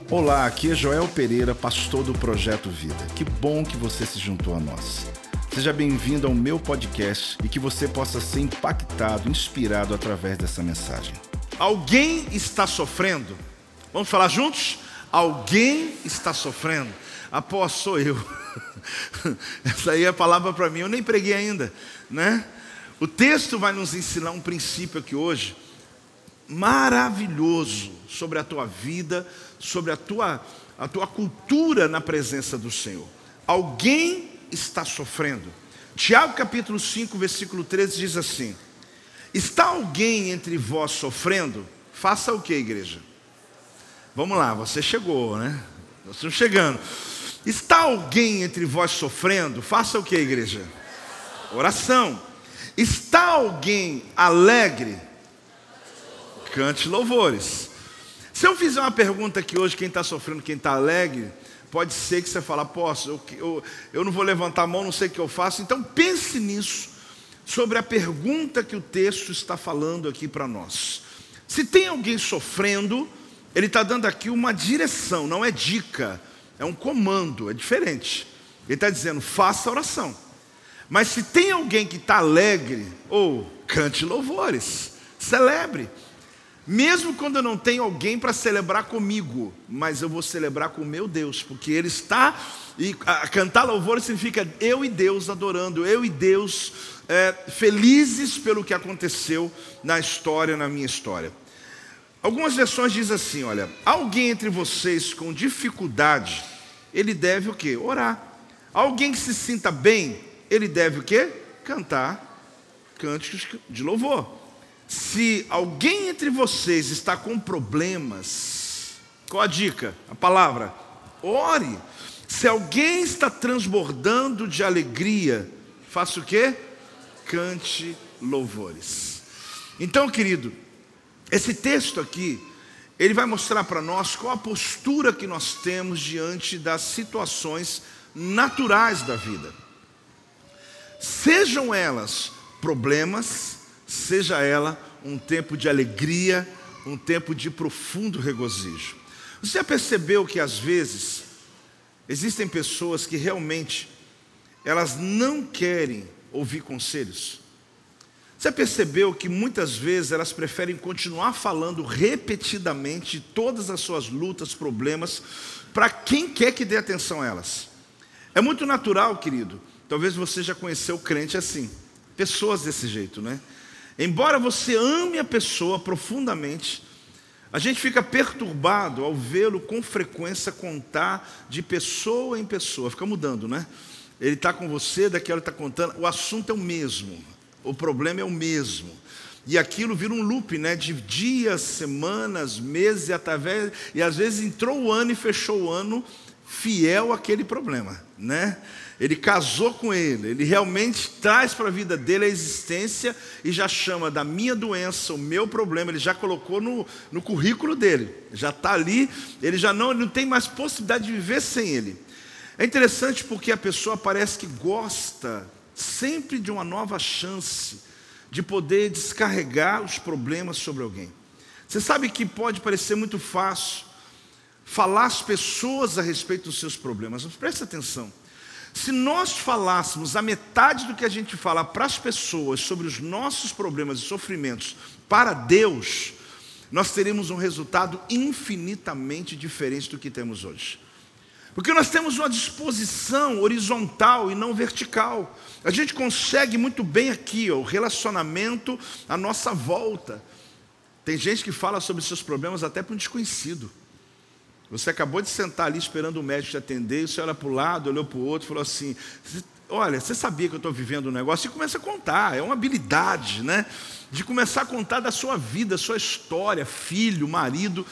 Olá, aqui é Joel Pereira, pastor do Projeto Vida. Que bom que você se juntou a nós. Seja bem-vindo ao meu podcast e que você possa ser impactado, inspirado através dessa mensagem. Alguém está sofrendo? Vamos falar juntos? Alguém está sofrendo? Sou eu. Essa aí é a palavra para mim, eu nem preguei ainda, né? O texto vai nos ensinar um princípio aqui hoje, maravilhoso, sobre a tua vida, sobre a tua cultura na presença do Senhor. Alguém está sofrendo. Tiago capítulo 5, versículo 13 diz assim: está alguém entre vós sofrendo? Faça o que, igreja? Vamos lá, você chegou, né? Nós estamos chegando. Está alguém entre vós sofrendo? Faça o que, igreja? Oração. Está alguém alegre? Cante louvores. Se eu fizer uma pergunta aqui hoje, quem está sofrendo, quem está alegre, pode ser que você fale, eu não vou levantar a mão, não sei o que eu faço. Então pense nisso, sobre a pergunta que o texto está falando aqui para nós. Se tem alguém sofrendo, ele está dando aqui uma direção, não é dica, é um comando, é diferente. Ele está dizendo, faça oração. Mas se tem alguém que está alegre, cante louvores, celebre. Mesmo quando eu não tenho alguém para celebrar comigo, mas eu vou celebrar com o meu Deus, porque Ele está, e cantar louvores significa eu e Deus adorando, eu e Deus felizes pelo que aconteceu na história, na minha história. Algumas versões dizem assim, olha, alguém entre vocês com dificuldade, ele deve o quê? Orar. Alguém que se sinta bem, ele deve o quê? Cantar cânticos de louvor. Se alguém entre vocês está com problemas, qual a dica? A palavra, ore. Se alguém está transbordando de alegria, faça o quê? Cante louvores. Então, querido, esse texto aqui, ele vai mostrar para nós qual a postura que nós temos diante das situações naturais da vida. Sejam elas problemas, seja ela um tempo de alegria, um tempo de profundo regozijo. Você já percebeu que às vezes existem pessoas que realmente elas não querem ouvir conselhos? Você percebeu que muitas vezes elas preferem continuar falando repetidamente todas as suas lutas, problemas, para quem quer que dê atenção a elas? É muito natural, querido. Talvez você já conheceu crente assim, pessoas desse jeito, né? Embora você ame a pessoa profundamente, a gente fica perturbado ao vê-lo com frequência contar de pessoa em pessoa. Fica mudando, né? Ele está com você, daqui a hora ele está contando, o assunto é o mesmo, o problema é o mesmo. E aquilo vira um loop, né? De dias, semanas, meses, e às vezes entrou o ano e fechou o ano fiel àquele problema, né? Ele casou com ele realmente traz para a vida dele a existência e já chama da minha doença, o meu problema, ele já colocou no currículo dele, já está ali, ele não tem mais possibilidade de viver sem ele. É interessante porque a pessoa parece que gosta sempre de uma nova chance de poder descarregar os problemas sobre alguém. Você sabe que pode parecer muito fácil falar às pessoas a respeito dos seus problemas, mas preste atenção. Se nós falássemos a metade do que a gente fala para as pessoas sobre os nossos problemas e sofrimentos para Deus, nós teríamos um resultado infinitamente diferente do que temos hoje. Porque nós temos uma disposição horizontal e não vertical. A gente consegue muito bem aqui, o relacionamento à nossa volta. Tem gente que fala sobre seus problemas até para um desconhecido. Você acabou de sentar ali esperando o médico te atender, e você olha para o lado, olhou para o outro e falou assim, olha, você sabia que eu estou vivendo um negócio? E começa a contar, é uma habilidade, né? De começar a contar da sua vida, sua história, filho, marido.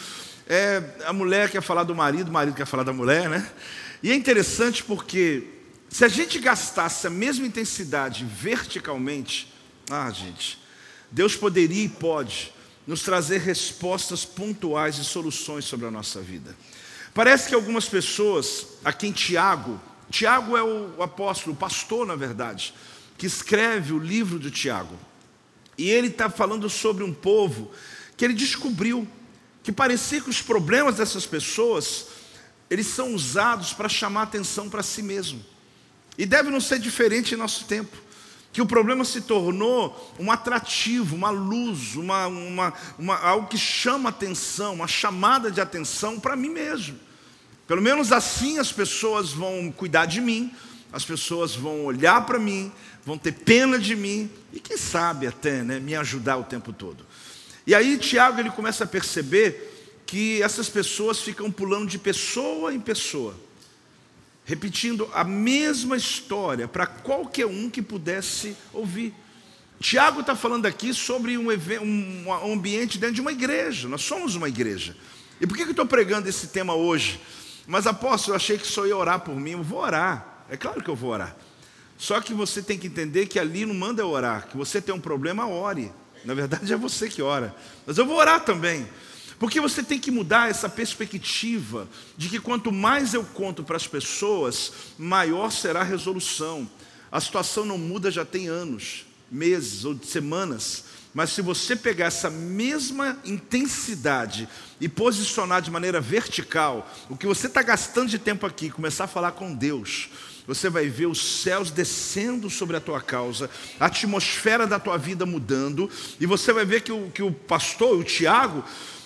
A mulher quer falar do marido, o marido quer falar da mulher, né? E é interessante porque se a gente gastasse a mesma intensidade verticalmente, gente, Deus poderia e pode nos trazer respostas pontuais e soluções sobre a nossa vida. Parece que algumas pessoas, aqui em Tiago é o apóstolo, o pastor na verdade, que escreve o livro de Tiago. E ele está falando sobre um povo que ele descobriu que parecia que os problemas dessas pessoas, eles são usados para chamar atenção para si mesmo. E deve não ser diferente em nosso tempo, que o problema se tornou um atrativo, uma luz, algo que chama atenção, uma chamada de atenção para mim mesmo. Pelo menos assim as pessoas vão cuidar de mim, as pessoas vão olhar para mim, vão ter pena de mim e quem sabe até, né, me ajudar o tempo todo. E aí Tiago ele começa a perceber que essas pessoas ficam pulando de pessoa em pessoa, repetindo a mesma história para qualquer um que pudesse ouvir. Tiago está falando aqui sobre um ambiente dentro de uma igreja. Nós somos uma igreja. E por que eu estou pregando esse tema hoje? Mas apóstolo, eu achei que só ia orar por mim. Eu vou orar, é claro que eu vou orar. Só que você tem que entender que ali não manda eu orar. Que você tem um problema, ore. Na verdade é você que ora. Mas eu vou orar também. Porque você tem que mudar essa perspectiva de que quanto mais eu conto para as pessoas, maior será a resolução. A situação não muda já tem anos, meses ou semanas. Mas se você pegar essa mesma intensidade e posicionar de maneira vertical, o que você está gastando de tempo aqui, começar a falar com Deus, você vai ver os céus descendo sobre a tua causa, a atmosfera da tua vida mudando, e você vai ver que o pastor, o Tiago,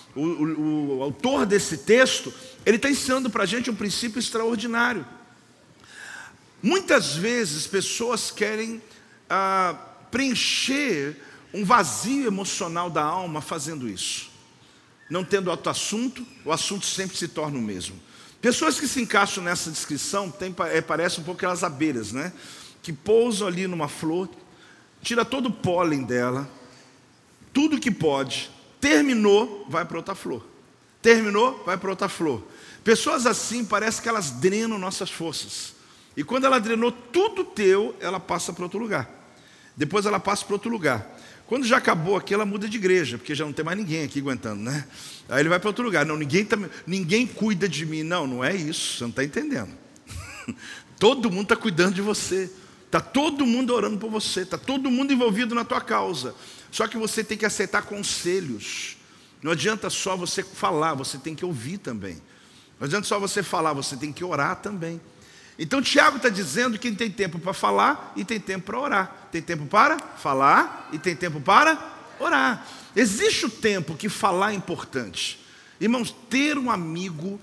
o autor desse texto, ele está ensinando para a gente um princípio extraordinário. Muitas vezes pessoas querem preencher um vazio emocional da alma fazendo isso. Não tendo outro assunto, o assunto sempre se torna o mesmo. Pessoas que se encaixam nessa descrição, parecem um pouco aquelas abelhas, né? Que pousam ali numa flor, tira todo o pólen dela, tudo que pode, terminou, vai para outra flor. Terminou, vai para outra flor. Pessoas assim, parece que elas drenam nossas forças. E quando ela drenou tudo teu, ela passa para outro lugar. Depois ela passa para outro lugar. Quando já acabou aqui, ela muda de igreja, porque já não tem mais ninguém aqui aguentando, né? Aí ele vai para outro lugar. Não, ninguém cuida de mim. Não, não é isso, você não está entendendo. Todo mundo está cuidando de você. Está todo mundo orando por você. Está todo mundo envolvido na tua causa. Só que você tem que aceitar conselhos. Não adianta só você falar, você tem que ouvir também. Não adianta só você falar, você tem que orar também. Então Tiago está dizendo que tem tempo para falar e tem tempo para orar. Tem tempo para falar e tem tempo para orar. Existe o tempo que falar é importante. Irmãos, ter um amigo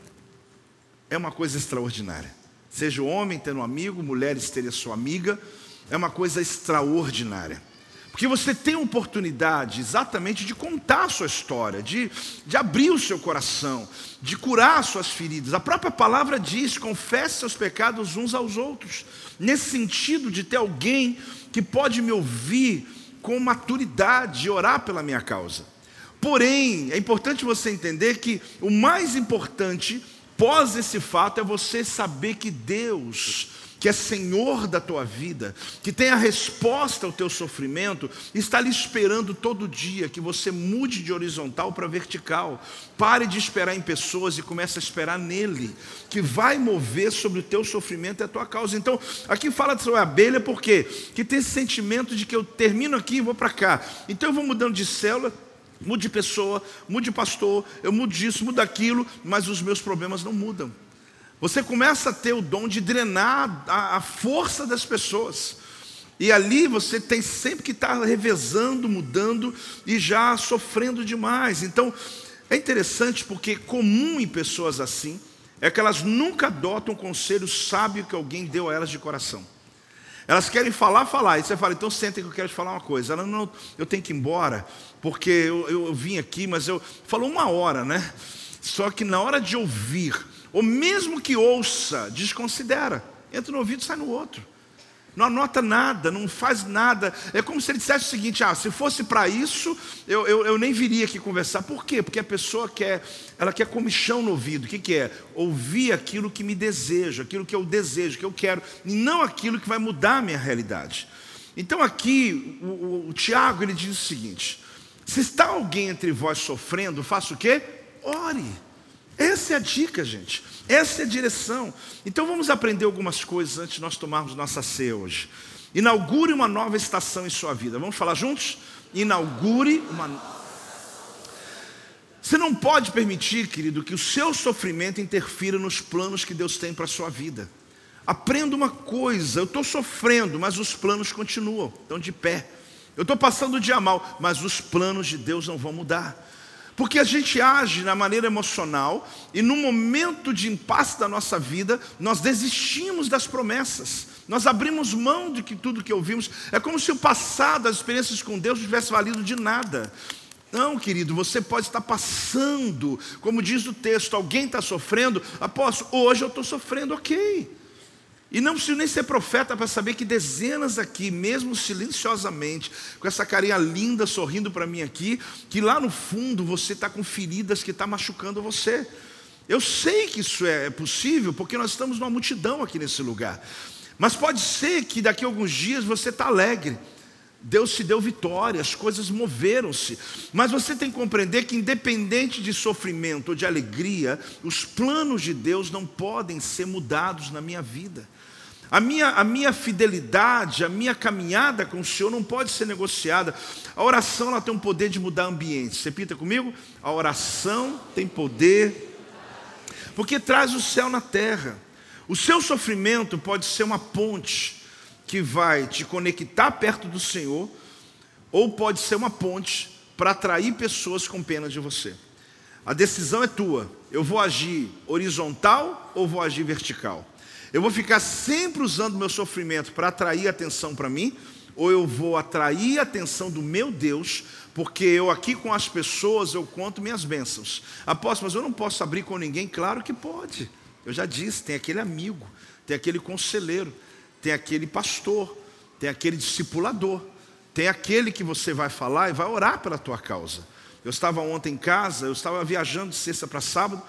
é uma coisa extraordinária. Seja o homem tendo um amigo, mulheres terem a sua amiga, é uma coisa extraordinária. Porque você tem a oportunidade exatamente de contar a sua história, de abrir o seu coração, de curar as suas feridas. A própria palavra diz, confesse seus pecados uns aos outros. Nesse sentido de ter alguém que pode me ouvir com maturidade e orar pela minha causa. Porém, é importante você entender que o mais importante, pós esse fato, é você saber que Deus, que é Senhor da tua vida, que tem a resposta ao teu sofrimento, está ali esperando todo dia que você mude de horizontal para vertical. Pare de esperar em pessoas e comece a esperar nele, que vai mover sobre o teu sofrimento e a tua causa. Então, aqui fala sobre a abelha, por quê? Que tem esse sentimento de que eu termino aqui e vou para cá. Então eu vou mudando de célula, mudo de pessoa, mudo de pastor, eu mudo disso, mudo daquilo, mas os meus problemas não mudam. Você começa a ter o dom de drenar a força das pessoas. E ali você tem sempre que estar revezando, mudando e já sofrendo demais. Então, é interessante porque comum em pessoas assim é que elas nunca adotam um conselho sábio que alguém deu a elas de coração. Elas querem falar. E você fala, então senta que eu quero te falar uma coisa. Ela, não, eu tenho que ir embora, porque eu vim aqui, mas eu... Falou 1 hora, né? Só que na hora de ouvir, ou mesmo que ouça, desconsidera. Entra no ouvido e sai no outro. Não anota nada, não faz nada. É como se ele dissesse o seguinte, se fosse para isso, eu nem viria aqui conversar. Por quê? Porque a pessoa quer comichão no ouvido. O que é? Ouvir aquilo que me deseja, aquilo que eu desejo, que eu quero, e não aquilo que vai mudar a minha realidade. Então aqui, o Tiago, ele diz o seguinte, se está alguém entre vós sofrendo, faça o quê? Ore. Essa é a dica, gente. Essa é a direção. Então vamos aprender algumas coisas antes de nós tomarmos nossa ceia hoje. Inaugure uma nova estação em sua vida. Vamos falar juntos? Inaugure uma... Você não pode permitir, querido, que o seu sofrimento interfira nos planos que Deus tem para a sua vida. Aprenda uma coisa: eu estou sofrendo, mas os planos continuam, estão de pé. Eu estou passando o dia mal, mas os planos de Deus não vão mudar. Porque a gente age na maneira emocional e no momento de impasse da nossa vida, nós desistimos das promessas. Nós abrimos mão de tudo que ouvimos. É como se o passado, as experiências com Deus, não tivesse valido de nada. Não, querido, você pode estar passando, como diz o texto, alguém está sofrendo. Apóstolo, hoje eu estou sofrendo, ok. E não preciso nem ser profeta para saber que dezenas aqui, mesmo silenciosamente, com essa carinha linda sorrindo para mim aqui, que lá no fundo você está com feridas que estão machucando você. Eu sei que isso é possível, porque nós estamos numa multidão aqui nesse lugar. Mas pode ser que daqui a alguns dias você está alegre. Deus te deu vitória, as coisas moveram-se. Mas você tem que compreender que independente de sofrimento ou de alegria, os planos de Deus não podem ser mudados na minha vida. A minha fidelidade, a minha caminhada com o Senhor não pode ser negociada. A oração, ela tem um poder de mudar ambientes. Repita comigo: a oração tem poder, porque traz o céu na terra. O seu sofrimento pode ser uma ponte que vai te conectar perto do Senhor, ou pode ser uma ponte para atrair pessoas com pena de você. A decisão é tua. Eu vou agir horizontal ou vou agir vertical? Eu vou ficar sempre usando meu sofrimento para atrair atenção para mim, ou eu vou atrair a atenção do meu Deus, porque eu aqui com as pessoas eu conto minhas bênçãos. Apóstolo, mas eu não posso abrir com ninguém? Claro que pode. Eu já disse, tem aquele amigo, tem aquele conselheiro, tem aquele pastor, tem aquele discipulador, tem aquele que você vai falar e vai orar pela tua causa. Eu estava ontem em casa, eu estava viajando de sexta para sábado,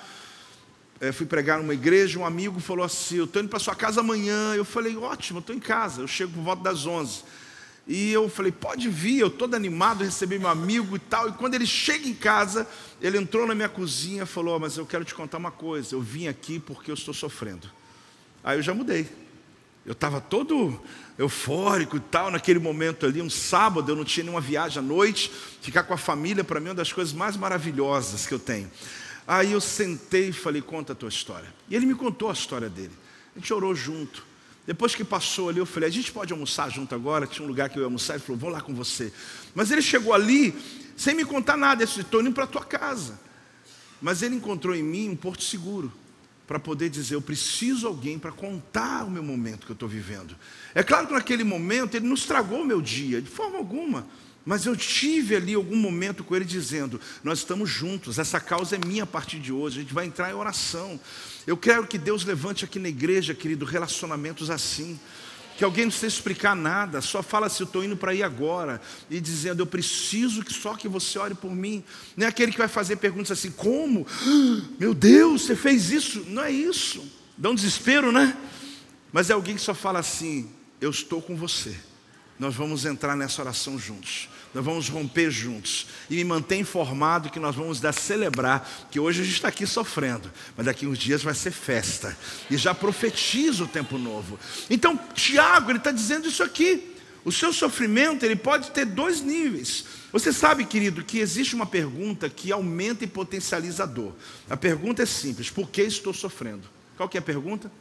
fui pregar numa igreja, um amigo falou assim: eu estou indo para sua casa amanhã. Eu falei: ótimo, eu estou em casa, eu chego por volta das 11. E eu falei: pode vir, eu todo animado, recebi meu amigo e tal. E quando ele chega em casa, ele entrou na minha cozinha e falou: mas eu quero te contar uma coisa, eu vim aqui porque eu estou sofrendo. Aí eu já mudei. Eu estava todo eufórico e tal, naquele momento ali, um sábado, eu não tinha nenhuma viagem à noite. Ficar com a família, para mim, é uma das coisas mais maravilhosas que eu tenho. Aí eu sentei e falei: conta a tua história. E ele me contou a história dele. A gente orou junto. Depois que passou ali, eu falei: a gente pode almoçar junto agora? Tinha um lugar que eu ia almoçar. Ele falou: vou lá com você. Mas ele chegou ali, sem me contar nada. Ele disse: estou indo para a tua casa. Mas ele encontrou em mim um porto seguro, para poder dizer: eu preciso de alguém para contar o meu momento que eu estou vivendo. É claro que naquele momento ele não estragou o meu dia, de forma alguma. Mas eu tive ali algum momento com ele dizendo: nós estamos juntos, essa causa é minha a partir de hoje, a gente vai entrar em oração. Eu quero que Deus levante aqui na igreja, querido, relacionamentos assim. Que alguém não precisa explicar nada, só fala assim: eu estou indo para aí agora. E dizendo: eu preciso que só que você ore por mim. Não é aquele que vai fazer perguntas assim: como? Meu Deus, você fez isso? Não é isso. Dá um desespero, né? Mas é alguém que só fala assim: eu estou com você. Nós vamos entrar nessa oração juntos. Nós vamos romper juntos. E me mantém informado que nós vamos celebrar, que hoje a gente está aqui sofrendo, mas daqui uns dias vai ser festa. E já profetiza o tempo novo. Então, Tiago, ele está dizendo isso aqui. O seu sofrimento, ele pode ter 2 níveis. Você sabe, querido, que existe uma pergunta que aumenta e potencializa a dor. A pergunta é simples: por que estou sofrendo? Qual que é a pergunta?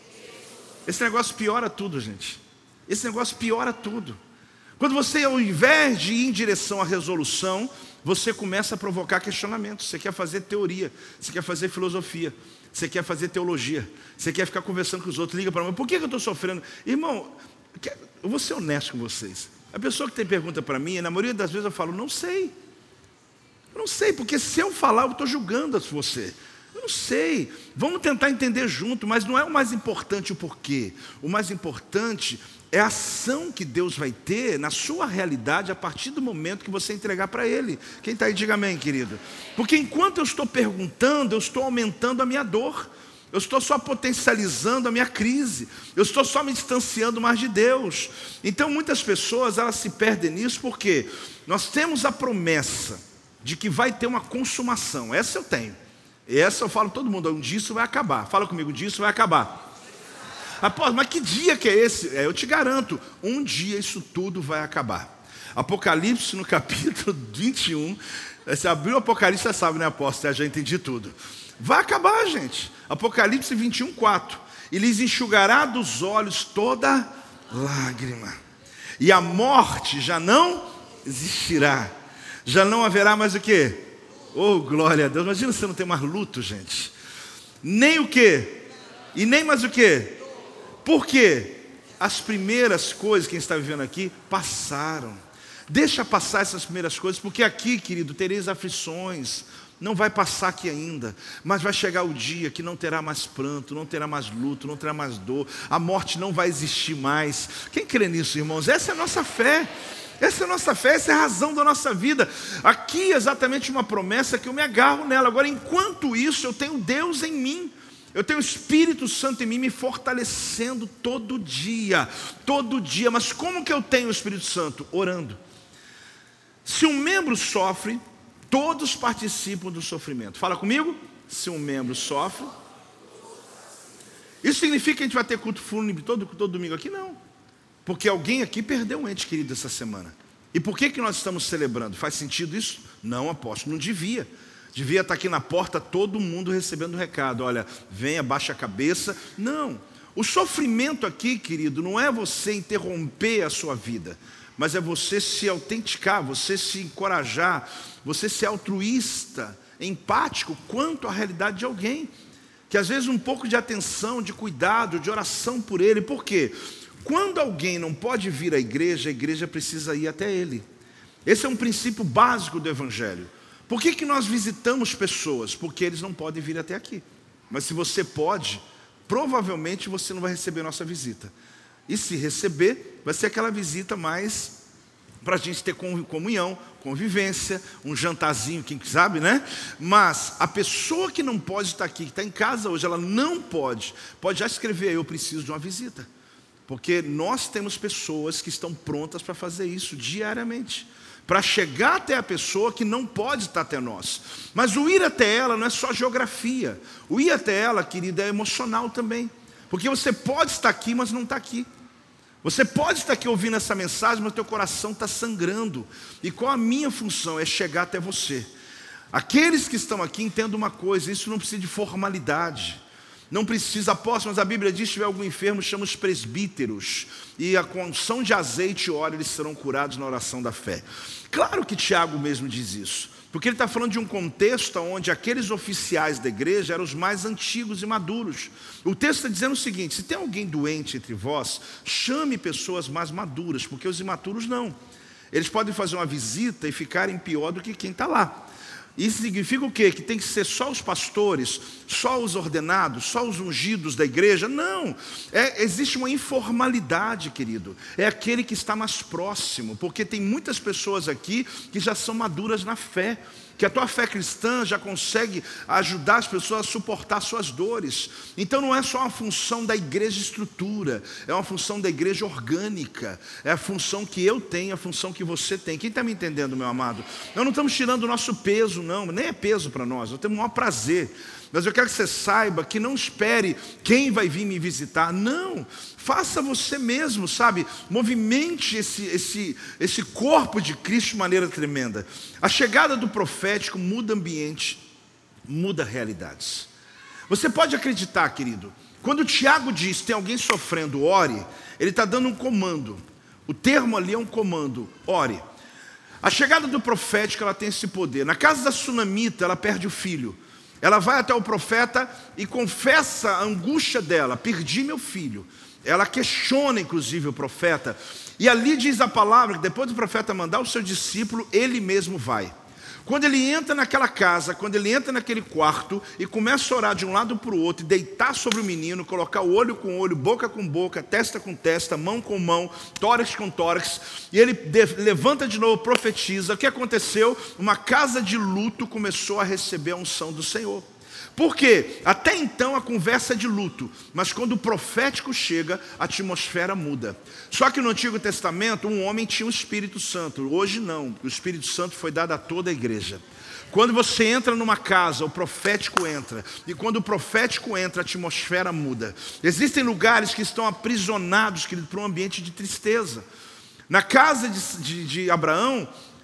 Esse negócio piora tudo, gente. Esse negócio piora tudo. Quando você, ao invés de ir em direção à resolução, você começa a provocar questionamentos. Você quer fazer teoria, você quer fazer filosofia, você quer fazer teologia, você quer ficar conversando com os outros. Liga para mim: por que eu estou sofrendo? Irmão, eu vou ser honesto com vocês. A pessoa que tem pergunta para mim, na maioria das vezes eu falo: não sei. Eu não sei, porque se eu falar, eu estou julgando você. Eu não sei. Vamos tentar entender junto, mas não é o mais importante o porquê. O mais importante é a ação que Deus vai ter na sua realidade a partir do momento que você entregar para Ele. Quem está aí, diga amém, querido. Porque enquanto eu estou perguntando, eu estou aumentando a minha dor. Eu estou só potencializando a minha crise. Eu estou só me distanciando mais de Deus. Então muitas pessoas, elas se perdem nisso porque nós temos a promessa de que vai ter uma consumação. Essa eu tenho. Essa eu falo todo mundo: um dia isso vai acabar. Fala comigo: um dia isso vai acabar. Apóstolo, mas que dia que é esse? Eu te garanto, um dia isso tudo vai acabar. Apocalipse, no capítulo 21, Você abriu o Apocalipse, você sabe, né, apóstolo? Eu já entendi tudo. Vai acabar, gente. Apocalipse 21:4. E lhes enxugará dos olhos toda lágrima. E a morte já não existirá. Já não haverá mais o quê? Oh, glória a Deus. Imagina você não ter mais luto, gente. Nem o quê? E nem mais o quê? Por quê? As primeiras coisas, quem está vivendo aqui, passaram. Deixa passar essas primeiras coisas, porque aqui, querido, tereis aflições. Não vai passar aqui ainda, mas vai chegar o dia que não terá mais pranto, não terá mais luto, não terá mais dor. A morte não vai existir mais. Quem crê nisso, irmãos? Essa é a nossa fé. Essa é a nossa fé, essa é a razão da nossa vida. Aqui é exatamente uma promessa que eu me agarro nela. Agora, enquanto isso, eu tenho Deus em mim. Eu tenho o Espírito Santo em mim me fortalecendo todo dia. Todo dia. Mas como que eu tenho o Espírito Santo? Orando. Se um membro sofre, todos participam do sofrimento. Fala comigo. Se um membro sofre. Isso significa que a gente vai ter culto fúnebre todo domingo aqui? Não. Porque alguém aqui perdeu um ente querido essa semana. E por que nós estamos celebrando? Faz sentido isso? Não, apóstolo, não devia. Devia estar aqui na porta todo mundo recebendo o recado. Olha, venha, baixa a cabeça. Não. O sofrimento aqui, querido, não é você interromper a sua vida, mas é você se autenticar, você se encorajar, você ser altruísta, empático quanto à realidade de alguém. Que às vezes um pouco de atenção, de cuidado, de oração por ele. Por quê? Quando alguém não pode vir à igreja, a igreja precisa ir até ele. Esse é um princípio básico do Evangelho. Por que nós visitamos pessoas? Porque eles não podem vir até aqui. Mas se você pode, provavelmente você não vai receber nossa visita. E se receber, vai ser aquela visita mais para a gente ter comunhão, convivência, um jantarzinho, quem sabe, né? Mas a pessoa que não pode estar aqui, que está em casa hoje, ela não pode já escrever, eu preciso de uma visita. Porque nós temos pessoas que estão prontas para fazer isso diariamente. Para chegar até a pessoa que não pode estar até nós. Mas o ir até ela não é só geografia. O ir até ela, querida, é emocional também. Porque você pode estar aqui, mas não está aqui. Você pode estar aqui ouvindo essa mensagem, mas o teu coração está sangrando. E qual a minha função? É chegar até você. Aqueles que estão aqui, entendam uma coisa, isso não precisa de formalidade. Não precisa, apóstolo, mas a Bíblia diz que se tiver algum enfermo, chama os presbíteros. E a unção de azeite e óleo, eles serão curados na oração da fé. Claro que Tiago mesmo diz isso. Porque ele está falando de um contexto onde aqueles oficiais da igreja eram os mais antigos e maduros. O texto está dizendo o seguinte: se tem alguém doente entre vós, chame pessoas mais maduras, porque os imaturos não. Eles podem fazer uma visita e ficarem pior do que quem está lá. Isso significa o quê? Que tem que ser só os pastores, só os ordenados, só os ungidos da igreja? Não, existe uma informalidade, querido. É aquele que está mais próximo, porque tem muitas pessoas aqui que já são maduras na fé, que a tua fé cristã já consegue ajudar as pessoas a suportar suas dores. Então não é só uma função da igreja estrutura, é uma função da igreja orgânica, é a função que eu tenho, a função que você tem. Quem está me entendendo, meu amado? Nós não estamos tirando o nosso peso, não, nem é peso para nós temos o maior prazer. Mas eu quero que você saiba que não espere quem vai vir me visitar. Não, faça você mesmo, sabe? Movimente esse corpo de Cristo de maneira tremenda. A chegada do profético muda ambiente, muda realidades. Você pode acreditar, querido, quando o Tiago diz tem alguém sofrendo, ore, ele está dando um comando. O termo ali é um comando, ore. A chegada do profético, ela tem esse poder. Na casa da sunamita, ela perde o filho. Ela vai até o profeta e confessa a angústia dela: perdi meu filho. Ela questiona inclusive o profeta. E ali diz a palavra que depois do profeta mandar o seu discípulo, ele mesmo vai. Quando ele entra naquela casa, quando ele entra naquele quarto e começa a orar de um lado para o outro, e deitar sobre o menino, colocar o olho com olho, boca com boca, testa com testa, mão com mão, tórax com tórax, e ele levanta de novo, profetiza. O que aconteceu? Uma casa de luto começou a receber a unção do Senhor. Por quê? Até então a conversa é de luto, mas quando o profético chega, a atmosfera muda. Só que no Antigo Testamento, um homem tinha o Espírito Santo. Hoje não, o Espírito Santo foi dado a toda a igreja. Quando você entra numa casa, o profético entra. E quando o profético entra, a atmosfera muda. Existem lugares que estão aprisionados, querido, para um ambiente de tristeza. Na casa de Abraão,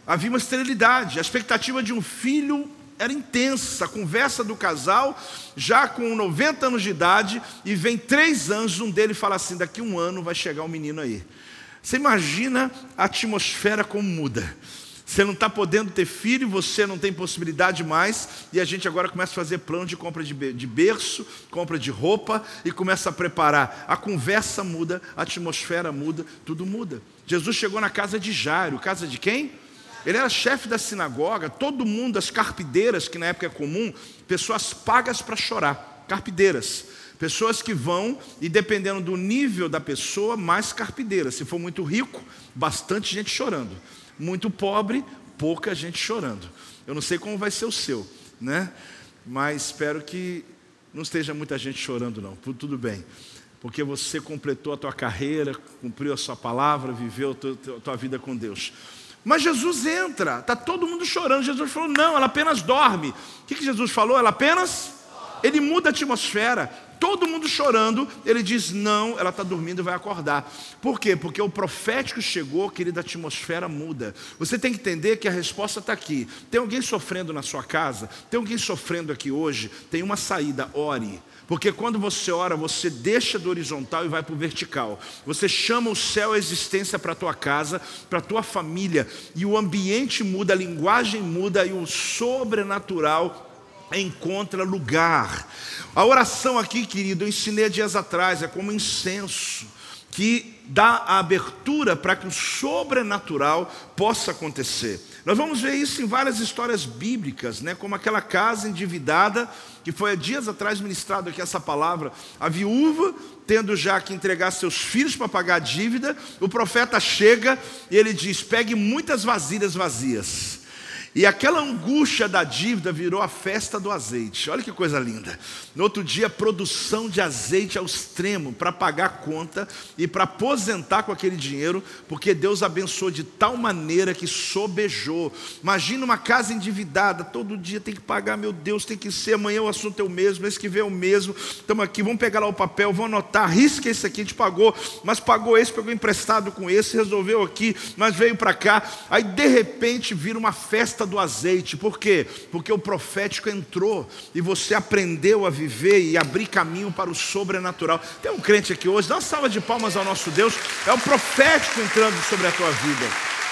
havia uma esterilidade, a expectativa de um filho era intensa. A conversa do casal, já com 90 anos de idade, e vem 3 anjos, um deles fala assim: daqui 1 ano vai chegar um menino aí. Você imagina a atmosfera como muda. Você não está podendo ter filho, você não tem possibilidade mais, e a gente agora começa a fazer plano de compra de berço, compra de roupa, e começa a preparar. A conversa muda, a atmosfera muda, tudo muda. Jesus chegou na casa de Jairo. Casa de quem? Ele era chefe da sinagoga. Todo mundo, as carpideiras, que na época é comum, pessoas pagas para chorar, carpideiras. Pessoas que vão, e dependendo do nível da pessoa, mais carpideiras. Se for muito rico, bastante gente chorando. Muito pobre, pouca gente chorando. Eu não sei como vai ser o seu, né? Mas espero que não esteja muita gente chorando não, tudo bem. Porque você completou a tua carreira, cumpriu a sua palavra, viveu a tua vida com Deus. Mas Jesus entra, está todo mundo chorando. Jesus falou: não, ela apenas dorme. O que Jesus falou? Ela apenas... Ele muda a atmosfera. Todo mundo chorando, ele diz: não, ela está dormindo e vai acordar. Por quê? Porque o profético chegou, querida, a atmosfera muda. Você tem que entender que a resposta está aqui. Tem alguém sofrendo na sua casa? Tem alguém sofrendo aqui hoje? Tem uma saída: ore. Porque quando você ora, você deixa do horizontal e vai para o vertical. Você chama o céu à existência para a tua casa, para a tua família, e o ambiente muda, a linguagem muda, e o sobrenatural encontra lugar. A oração aqui, querido, eu ensinei dias atrás, é como incenso que dá a abertura para que o sobrenatural possa acontecer. Nós vamos ver isso em várias histórias bíblicas, né? Como aquela casa endividada, que foi há dias atrás ministrado aqui essa palavra. A viúva, tendo já que entregar seus filhos para pagar a dívida, o profeta chega e ele diz: pegue muitas vasilhas vazias. E aquela angústia da dívida virou a festa do azeite. Olha que coisa linda. No outro dia, produção de azeite ao extremo para pagar a conta e para aposentar com aquele dinheiro, porque Deus abençoou de tal maneira que sobejou. Imagina uma casa endividada, todo dia tem que pagar, meu Deus, tem que ser, amanhã o assunto é o mesmo, mês que vem é o mesmo. Estamos aqui, vamos pegar lá o papel, vamos anotar, risca esse aqui, a gente pagou, mas pagou esse, pegou emprestado com esse, resolveu aqui, mas veio para cá. Aí de repente vira uma festa do azeite. Por quê? Porque o profético entrou e você aprendeu a viver e abrir caminho para o sobrenatural. Tem um crente aqui hoje, dá uma salva de palmas ao nosso Deus. É o profético entrando sobre a tua vida.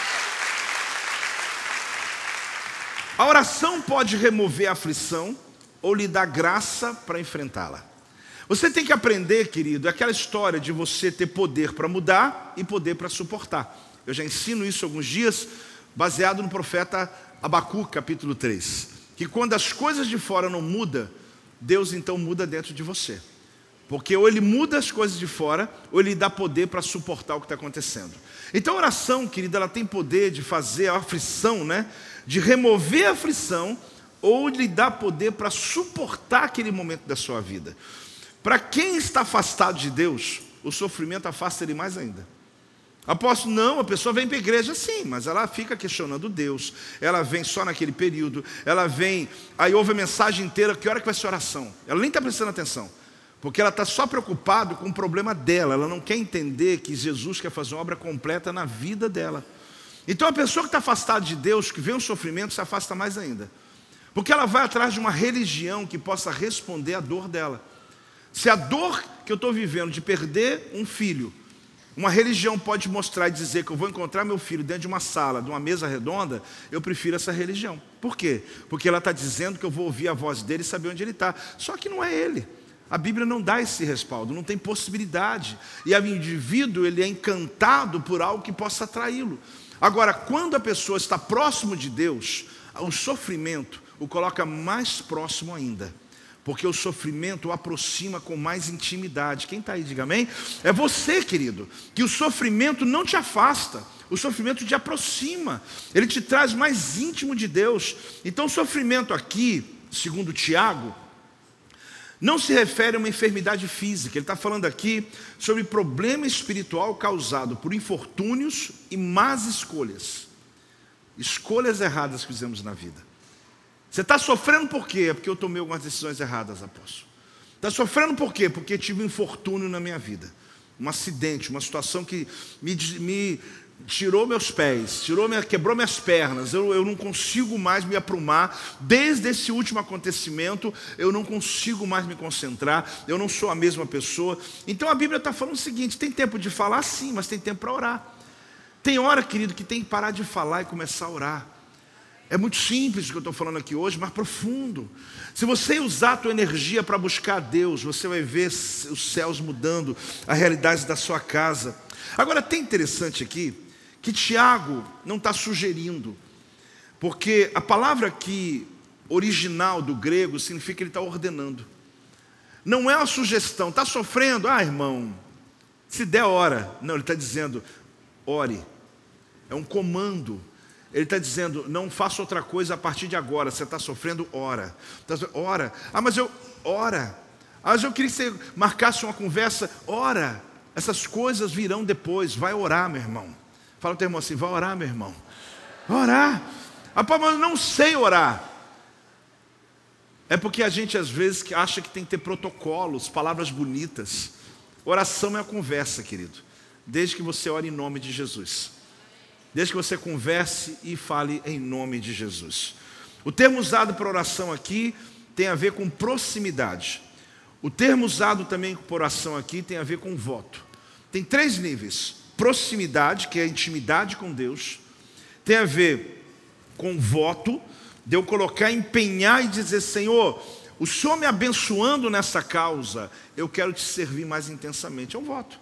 A oração pode remover a aflição ou lhe dar graça para enfrentá-la. Você tem que aprender, querido, aquela história de você ter poder para mudar e poder para suportar. Eu já ensino isso há alguns dias, baseado no profeta Abacuque, capítulo 3, que quando as coisas de fora não mudam, Deus então muda dentro de você, porque ou Ele muda as coisas de fora, ou Ele dá poder para suportar o que está acontecendo. Então a oração, querida, ela tem poder de fazer a aflição, né? De remover a aflição, ou lhe dá poder para suportar aquele momento da sua vida. Para quem está afastado de Deus, o sofrimento afasta ele mais ainda. Apóstolo, não, a pessoa vem para a igreja sim, mas ela fica questionando Deus, ela vem só naquele período, ela vem, aí ouve a mensagem inteira, que hora que vai ser oração? Ela nem está prestando atenção, porque ela está só preocupada com o problema dela, ela não quer entender que Jesus quer fazer uma obra completa na vida dela. Então a pessoa que está afastada de Deus, que vê um sofrimento, se afasta mais ainda, porque ela vai atrás de uma religião que possa responder à dor dela. Se a dor que eu estou vivendo de perder um filho, uma religião pode mostrar e dizer que eu vou encontrar meu filho dentro de uma sala, de uma mesa redonda, eu prefiro essa religião. Por quê? Porque ela está dizendo que eu vou ouvir a voz dele e saber onde ele está. Só que não é ele. A Bíblia não dá esse respaldo, não tem possibilidade. E o indivíduo, ele é encantado por algo que possa atraí-lo. Agora, quando a pessoa está próximo de Deus, o sofrimento o coloca mais próximo ainda. Porque o sofrimento o aproxima com mais intimidade. Quem está aí, diga amém. É você, querido, que o sofrimento não te afasta, o sofrimento te aproxima, ele te traz mais íntimo de Deus. Então o sofrimento aqui, segundo Tiago, não se refere a uma enfermidade física. Ele está falando aqui sobre problema espiritual causado por infortúnios e más escolhas. Escolhas erradas que fizemos na vida. Você está sofrendo por quê? É porque eu tomei algumas decisões erradas, apóstolo. Está sofrendo por quê? Porque tive um infortúnio na minha vida. Um acidente, uma situação que me tirou meus pés, quebrou minhas pernas, eu não consigo mais me aprumar. Desde esse último acontecimento, eu não consigo mais me concentrar, eu não sou a mesma pessoa. Então a Bíblia está falando o seguinte: tem tempo de falar sim, mas tem tempo para orar. Tem hora, querido, que tem que parar de falar e começar a orar. É muito simples o que eu estou falando aqui hoje, mas profundo. Se você usar a tua energia para buscar a Deus, você vai ver os céus mudando, a realidade da sua casa. Agora, tem interessante aqui, que Tiago não está sugerindo, porque a palavra aqui, original do grego, significa que ele está ordenando. Não é uma sugestão. Está sofrendo? Irmão, se der, ora. Não, ele está dizendo, ore. É um comando. Ele está dizendo, não faça outra coisa a partir de agora. Você está sofrendo, ora. Ora. Ora. Mas eu queria que você marcasse uma conversa, ora. Essas coisas virão depois. Vai orar, meu irmão. Fala ao teu irmão assim, vai orar, meu irmão. Vai orar. Mas eu não sei orar. É porque a gente às vezes acha que tem que ter protocolos, palavras bonitas. Oração é a conversa, querido. Desde que você ore em nome de Jesus. Desde que você converse e fale em nome de Jesus. O termo usado para oração aqui tem a ver com proximidade. O termo usado também por oração aqui tem a ver com voto. Tem 3 níveis. Proximidade, que é a intimidade com Deus. Tem a ver com voto, de eu colocar, empenhar e dizer, Senhor, o Senhor me abençoando nessa causa, eu quero te servir mais intensamente. É um voto.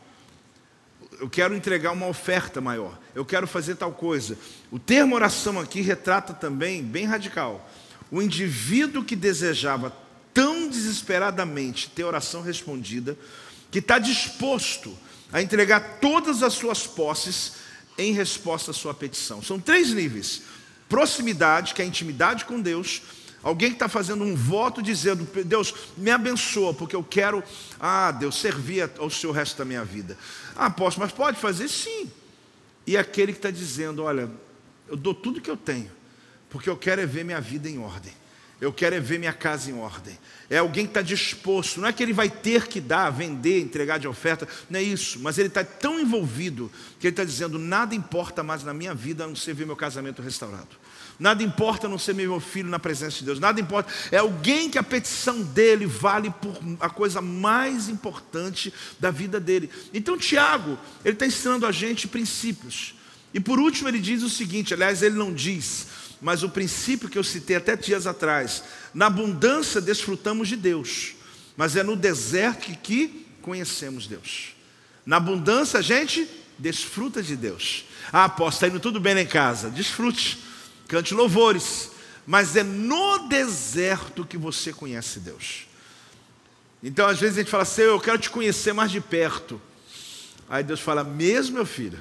Eu quero entregar uma oferta maior. Eu quero fazer tal coisa. O termo oração aqui retrata também, bem radical, o indivíduo que desejava tão desesperadamente ter oração respondida, que está disposto a entregar todas as suas posses em resposta à sua petição. São 3 níveis. Proximidade, que é a intimidade com Deus. Alguém que está fazendo um voto dizendo, Deus, me abençoa, porque eu quero, Deus, servir ao Senhor o resto da minha vida. Posso, mas pode fazer? Sim. E aquele que está dizendo, olha, eu dou tudo que eu tenho, porque eu quero ver minha vida em ordem. Eu quero ver minha casa em ordem. É alguém que está disposto. Não é que ele vai ter que dar, vender, entregar de oferta. Não é isso. Mas ele está tão envolvido que ele está dizendo, nada importa mais na minha vida a não ser ver meu casamento restaurado. Nada importa a não ser meu filho na presença de Deus. Nada importa. É alguém que a petição dele vale por a coisa mais importante da vida dele. Então Tiago, ele está ensinando a gente princípios. E por último ele diz o seguinte, aliás ele não diz, mas o princípio que eu citei até dias atrás, na abundância desfrutamos de Deus, mas é no deserto que conhecemos Deus. Na abundância a gente desfruta de Deus. Apóstolo, está indo tudo bem lá em casa, desfrute, cante louvores, mas é no deserto que você conhece Deus. Então às vezes a gente fala assim, eu quero te conhecer mais de perto. Aí Deus fala, mesmo meu filho?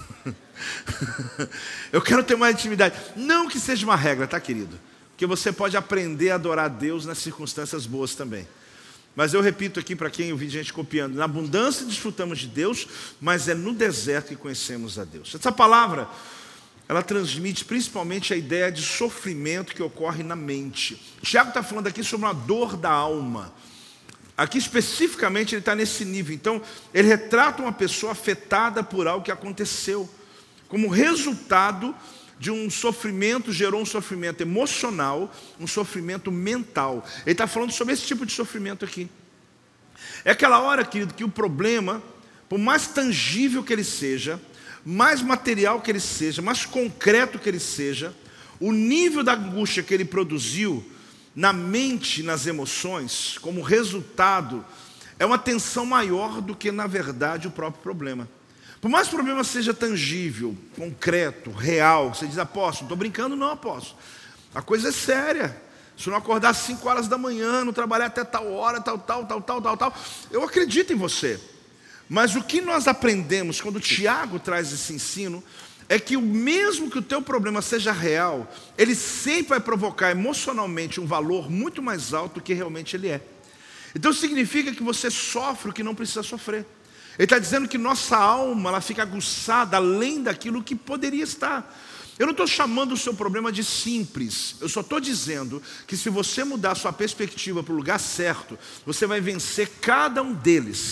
Eu quero ter mais intimidade. Não que seja uma regra, tá, querido? Porque você pode aprender a adorar a Deus nas circunstâncias boas também. Mas eu repito aqui para quem eu vi gente copiando, na abundância desfrutamos de Deus, mas é no deserto que conhecemos a Deus. Essa palavra, ela transmite principalmente a ideia de sofrimento que ocorre na mente. Tiago está falando aqui sobre uma dor da alma. Aqui especificamente ele está nesse nível. Então ele retrata uma pessoa afetada por algo que aconteceu. Como resultado de um sofrimento, gerou um sofrimento emocional, um sofrimento mental. Ele está falando sobre esse tipo de sofrimento aqui. É aquela hora, querido, que o problema, por mais tangível que ele seja, mais material que ele seja, mais concreto que ele seja, o nível da angústia que ele produziu na mente, nas emoções, como resultado, é uma tensão maior do que, na verdade, o próprio problema. Por mais que o problema seja tangível, concreto, real, você diz, apóstolo, não estou brincando não, apóstolo. A coisa é séria. Se não acordar às 5 horas da manhã, não trabalhar até tal hora, tal, eu acredito em você. Mas o que nós aprendemos, quando o Tiago traz esse ensino, é que mesmo que o teu problema seja real, ele sempre vai provocar emocionalmente um valor muito mais alto do que realmente ele é. Então significa que você sofre o que não precisa sofrer. Ele está dizendo que nossa alma, ela fica aguçada além daquilo que poderia estar. Eu não estou chamando o seu problema de simples. Eu só estou dizendo que se você mudar a sua perspectiva para o lugar certo, você vai vencer cada um deles.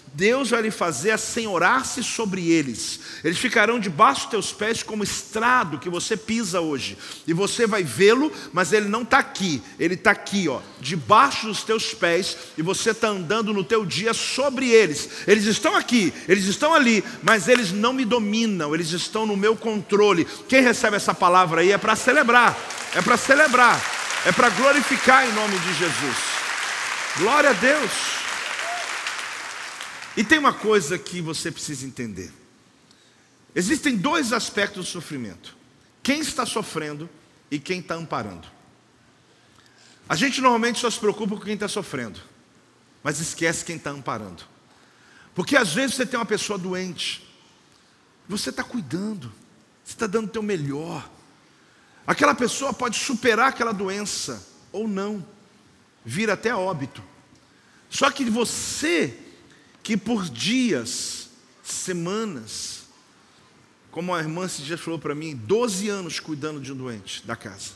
Deus vai lhe fazer assenhorar-se sobre eles. Eles ficarão debaixo dos teus pés como estrado que você pisa hoje. E você vai vê-lo, mas ele não está aqui. Ele está aqui, ó, debaixo dos teus pés. E você está andando no teu dia sobre eles. Eles estão aqui, eles estão ali, mas eles não me dominam. Eles estão no meu controle. Quem recebe essa palavra aí é para celebrar. É para celebrar. É para glorificar em nome de Jesus. Glória a Deus. E tem uma coisa que você precisa entender. Existem dois aspectos do sofrimento: quem está sofrendo e quem está amparando. A gente normalmente só se preocupa com quem está sofrendo, mas esquece quem está amparando. Porque às vezes você tem uma pessoa doente, você está cuidando, você está dando o teu melhor. Aquela pessoa pode superar aquela doença, ou não, vir até a óbito. Só que você, que por dias, semanas, como a irmã esse dia falou para mim, 12 anos cuidando de um doente da casa.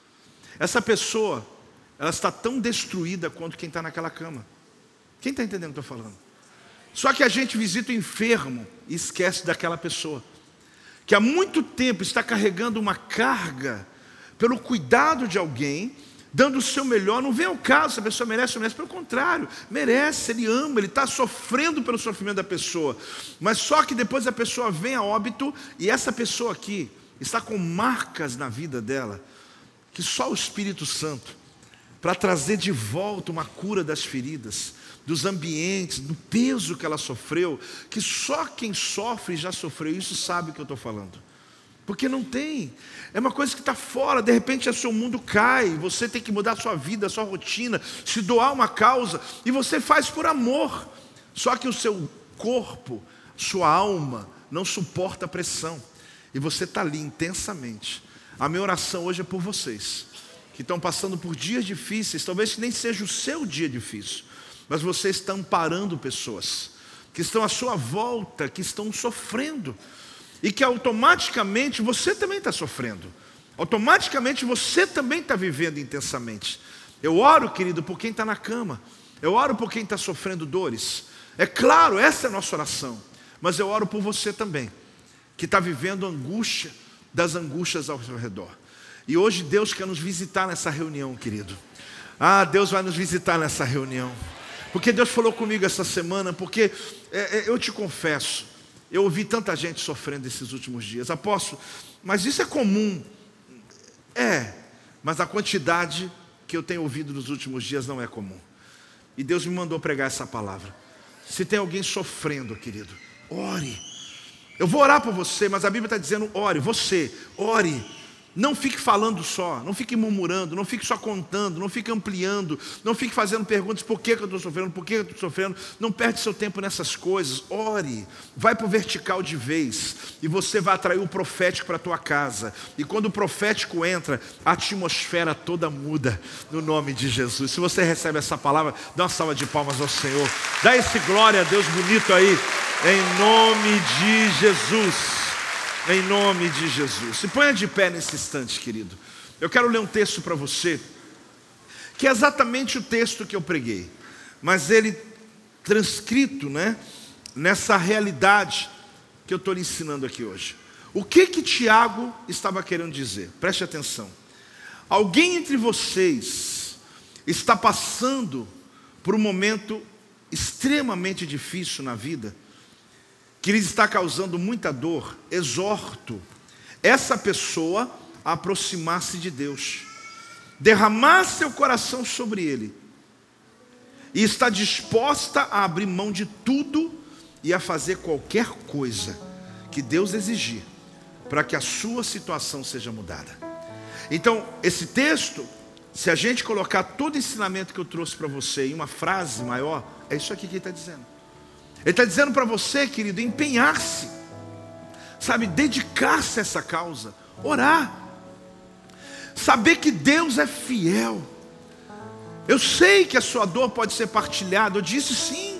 Essa pessoa, ela está tão destruída quanto quem está naquela cama. Quem está entendendo o que eu estou falando? Só que a gente visita o enfermo e esquece daquela pessoa, que há muito tempo está carregando uma carga pelo cuidado de alguém, dando o seu melhor. Não vem ao caso se a pessoa merece ou não merece, pelo contrário, merece, ele ama, ele está sofrendo pelo sofrimento da pessoa. Mas só que depois a pessoa vem a óbito, e essa pessoa aqui está com marcas na vida dela, que só o Espírito Santo, para trazer de volta uma cura das feridas, dos ambientes, do peso que ela sofreu, que só quem sofre e já sofreu isso sabe o que eu estou falando. Porque não tem, é uma coisa que está fora. De repente o seu mundo cai, você tem que mudar a sua vida, a sua rotina, se doar uma causa, e você faz por amor. Só que o seu corpo, sua alma, não suporta a pressão, e você está ali intensamente. A minha oração hoje é por vocês, que estão passando por dias difíceis, talvez nem seja o seu dia difícil, mas você está amparando pessoas, que estão à sua volta, que estão sofrendo, e que automaticamente você também está sofrendo, automaticamente você também está vivendo intensamente. Eu oro, querido, por quem está na cama, eu oro por quem está sofrendo dores, é claro, essa é a nossa oração, mas eu oro por você também, que está vivendo angústia, das angústias ao seu redor. E hoje Deus quer nos visitar nessa reunião, querido. Deus vai nos visitar nessa reunião, porque Deus falou comigo essa semana, porque eu te confesso, eu ouvi tanta gente sofrendo esses últimos dias. Apóstolo, mas isso é comum. Mas a quantidade que eu tenho ouvido nos últimos dias não é comum. E Deus me mandou pregar essa palavra. Se tem alguém sofrendo, querido, ore. Eu vou orar por você, mas a Bíblia está dizendo, ore, você, ore. Não fique falando só, não fique murmurando, não fique só contando, não fique ampliando, não fique fazendo perguntas, por que eu estou sofrendo, por que eu estou sofrendo. Não perde seu tempo nessas coisas, ore, vai para o vertical de vez, e você vai atrair o profético para a tua casa, e quando o profético entra, a atmosfera toda muda, no nome de Jesus. Se você recebe essa palavra, dá uma salva de palmas ao Senhor, dá esse glória a Deus bonito aí, em nome de Jesus. Em nome de Jesus. Se ponha de pé nesse instante, querido. Eu quero ler um texto para você, que é exatamente o texto que eu preguei, mas ele transcrito, nessa realidade que eu estou lhe ensinando aqui hoje. O que Tiago estava querendo dizer? Preste atenção. Alguém entre vocês está passando por um momento extremamente difícil na vida, que lhes está causando muita dor, exorto essa pessoa a aproximar-se de Deus, derramar seu coração sobre Ele, e está disposta a abrir mão de tudo e a fazer qualquer coisa que Deus exigir, para que a sua situação seja mudada. Então, esse texto, se a gente colocar todo o ensinamento que eu trouxe para você em uma frase maior, é isso aqui que ele está dizendo. Ele está dizendo para você, querido, empenhar-se, dedicar-se a essa causa, orar, saber que Deus é fiel. Eu sei que a sua dor pode ser partilhada, eu disse sim,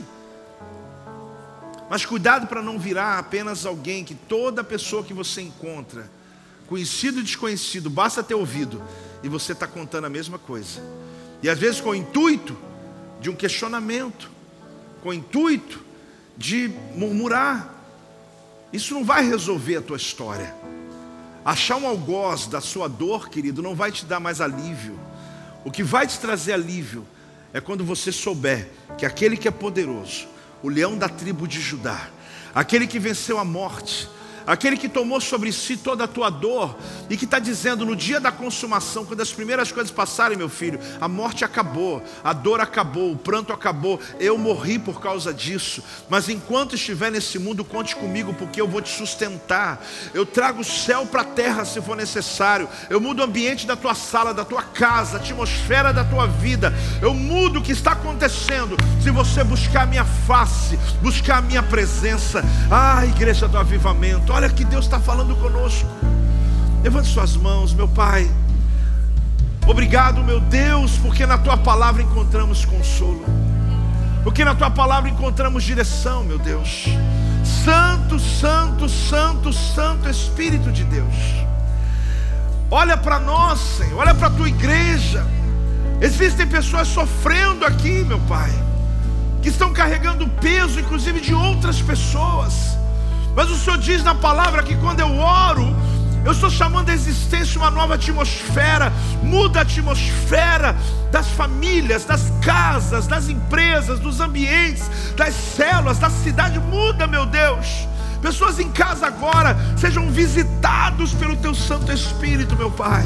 mas cuidado para não virar apenas alguém que toda pessoa que você encontra, conhecido e desconhecido, basta ter ouvido, e você está contando a mesma coisa, e às vezes com o intuito de um questionamento, com o intuito de murmurar. Isso não vai resolver a tua história. Achar um algoz da sua dor, querido, não vai te dar mais alívio. O que vai te trazer alívio é quando você souber que aquele que é poderoso, o leão da tribo de Judá, aquele que venceu a morte, aquele que tomou sobre si toda a tua dor e que está dizendo no dia da consumação, quando as primeiras coisas passarem, meu filho, a morte acabou, a dor acabou, o pranto acabou, eu morri por causa disso, mas enquanto estiver nesse mundo, conte comigo, porque eu vou te sustentar. Eu trago o céu para a terra se for necessário, eu mudo o ambiente da tua sala, da tua casa, a atmosfera da tua vida, eu mudo o que está acontecendo se você buscar a minha face, buscar a minha presença. Igreja do Avivamento, olha que Deus está falando conosco. Levante suas mãos, meu Pai. Obrigado, meu Deus, porque na Tua palavra encontramos consolo, porque na Tua palavra encontramos direção, meu Deus. Santo, Santo, Santo, Santo Espírito de Deus, olha para nós, Senhor, olha para a Tua igreja. Existem pessoas sofrendo aqui, meu Pai, que estão carregando peso, inclusive de outras pessoas. Mas o Senhor diz na palavra que quando eu oro, eu estou chamando a existência uma nova atmosfera. Muda a atmosfera das famílias, das casas, das empresas, dos ambientes, das células, da cidade. Muda, meu Deus. Pessoas em casa agora sejam visitados pelo Teu Santo Espírito, meu Pai.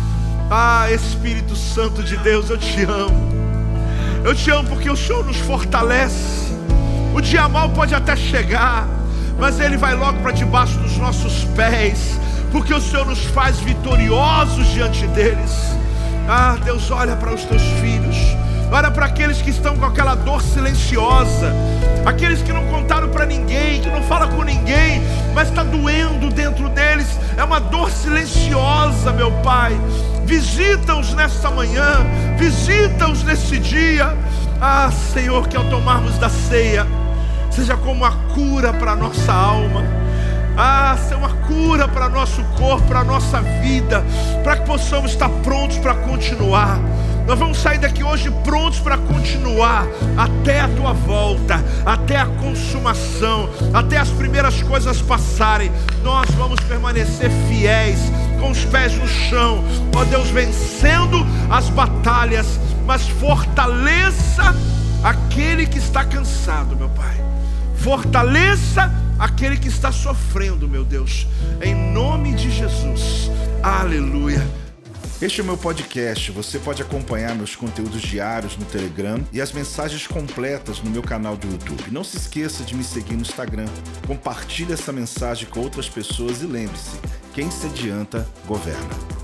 Espírito Santo de Deus, eu te amo. Eu te amo porque o Senhor nos fortalece. O dia mau pode até chegar, mas ele vai logo para debaixo dos nossos pés, porque o Senhor nos faz vitoriosos diante deles. Deus, olha para os teus filhos, olha para aqueles que estão com aquela dor silenciosa, aqueles que não contaram para ninguém, que não falam com ninguém, mas está doendo dentro deles, é uma dor silenciosa, meu Pai. Visita-os nesta manhã, visita-os nesse dia. Senhor, que ao tomarmos da ceia, seja como uma cura para a nossa alma, seja uma cura para nosso corpo, para a nossa vida, para que possamos estar prontos para continuar. Nós vamos sair daqui hoje prontos para continuar até a Tua volta, até a consumação, até as primeiras coisas passarem. Nós vamos permanecer fiéis, com os pés no chão, ó Deus, vencendo as batalhas, mas fortaleça aquele que está cansado, meu Pai. Fortaleça aquele que está sofrendo, meu Deus, em nome de Jesus. Aleluia. Este é o meu podcast. Você pode acompanhar meus conteúdos diários no Telegram e as mensagens completas no meu canal do YouTube. Não se esqueça de me seguir no Instagram. Compartilhe essa mensagem com outras pessoas e lembre-se, quem se adianta, governa.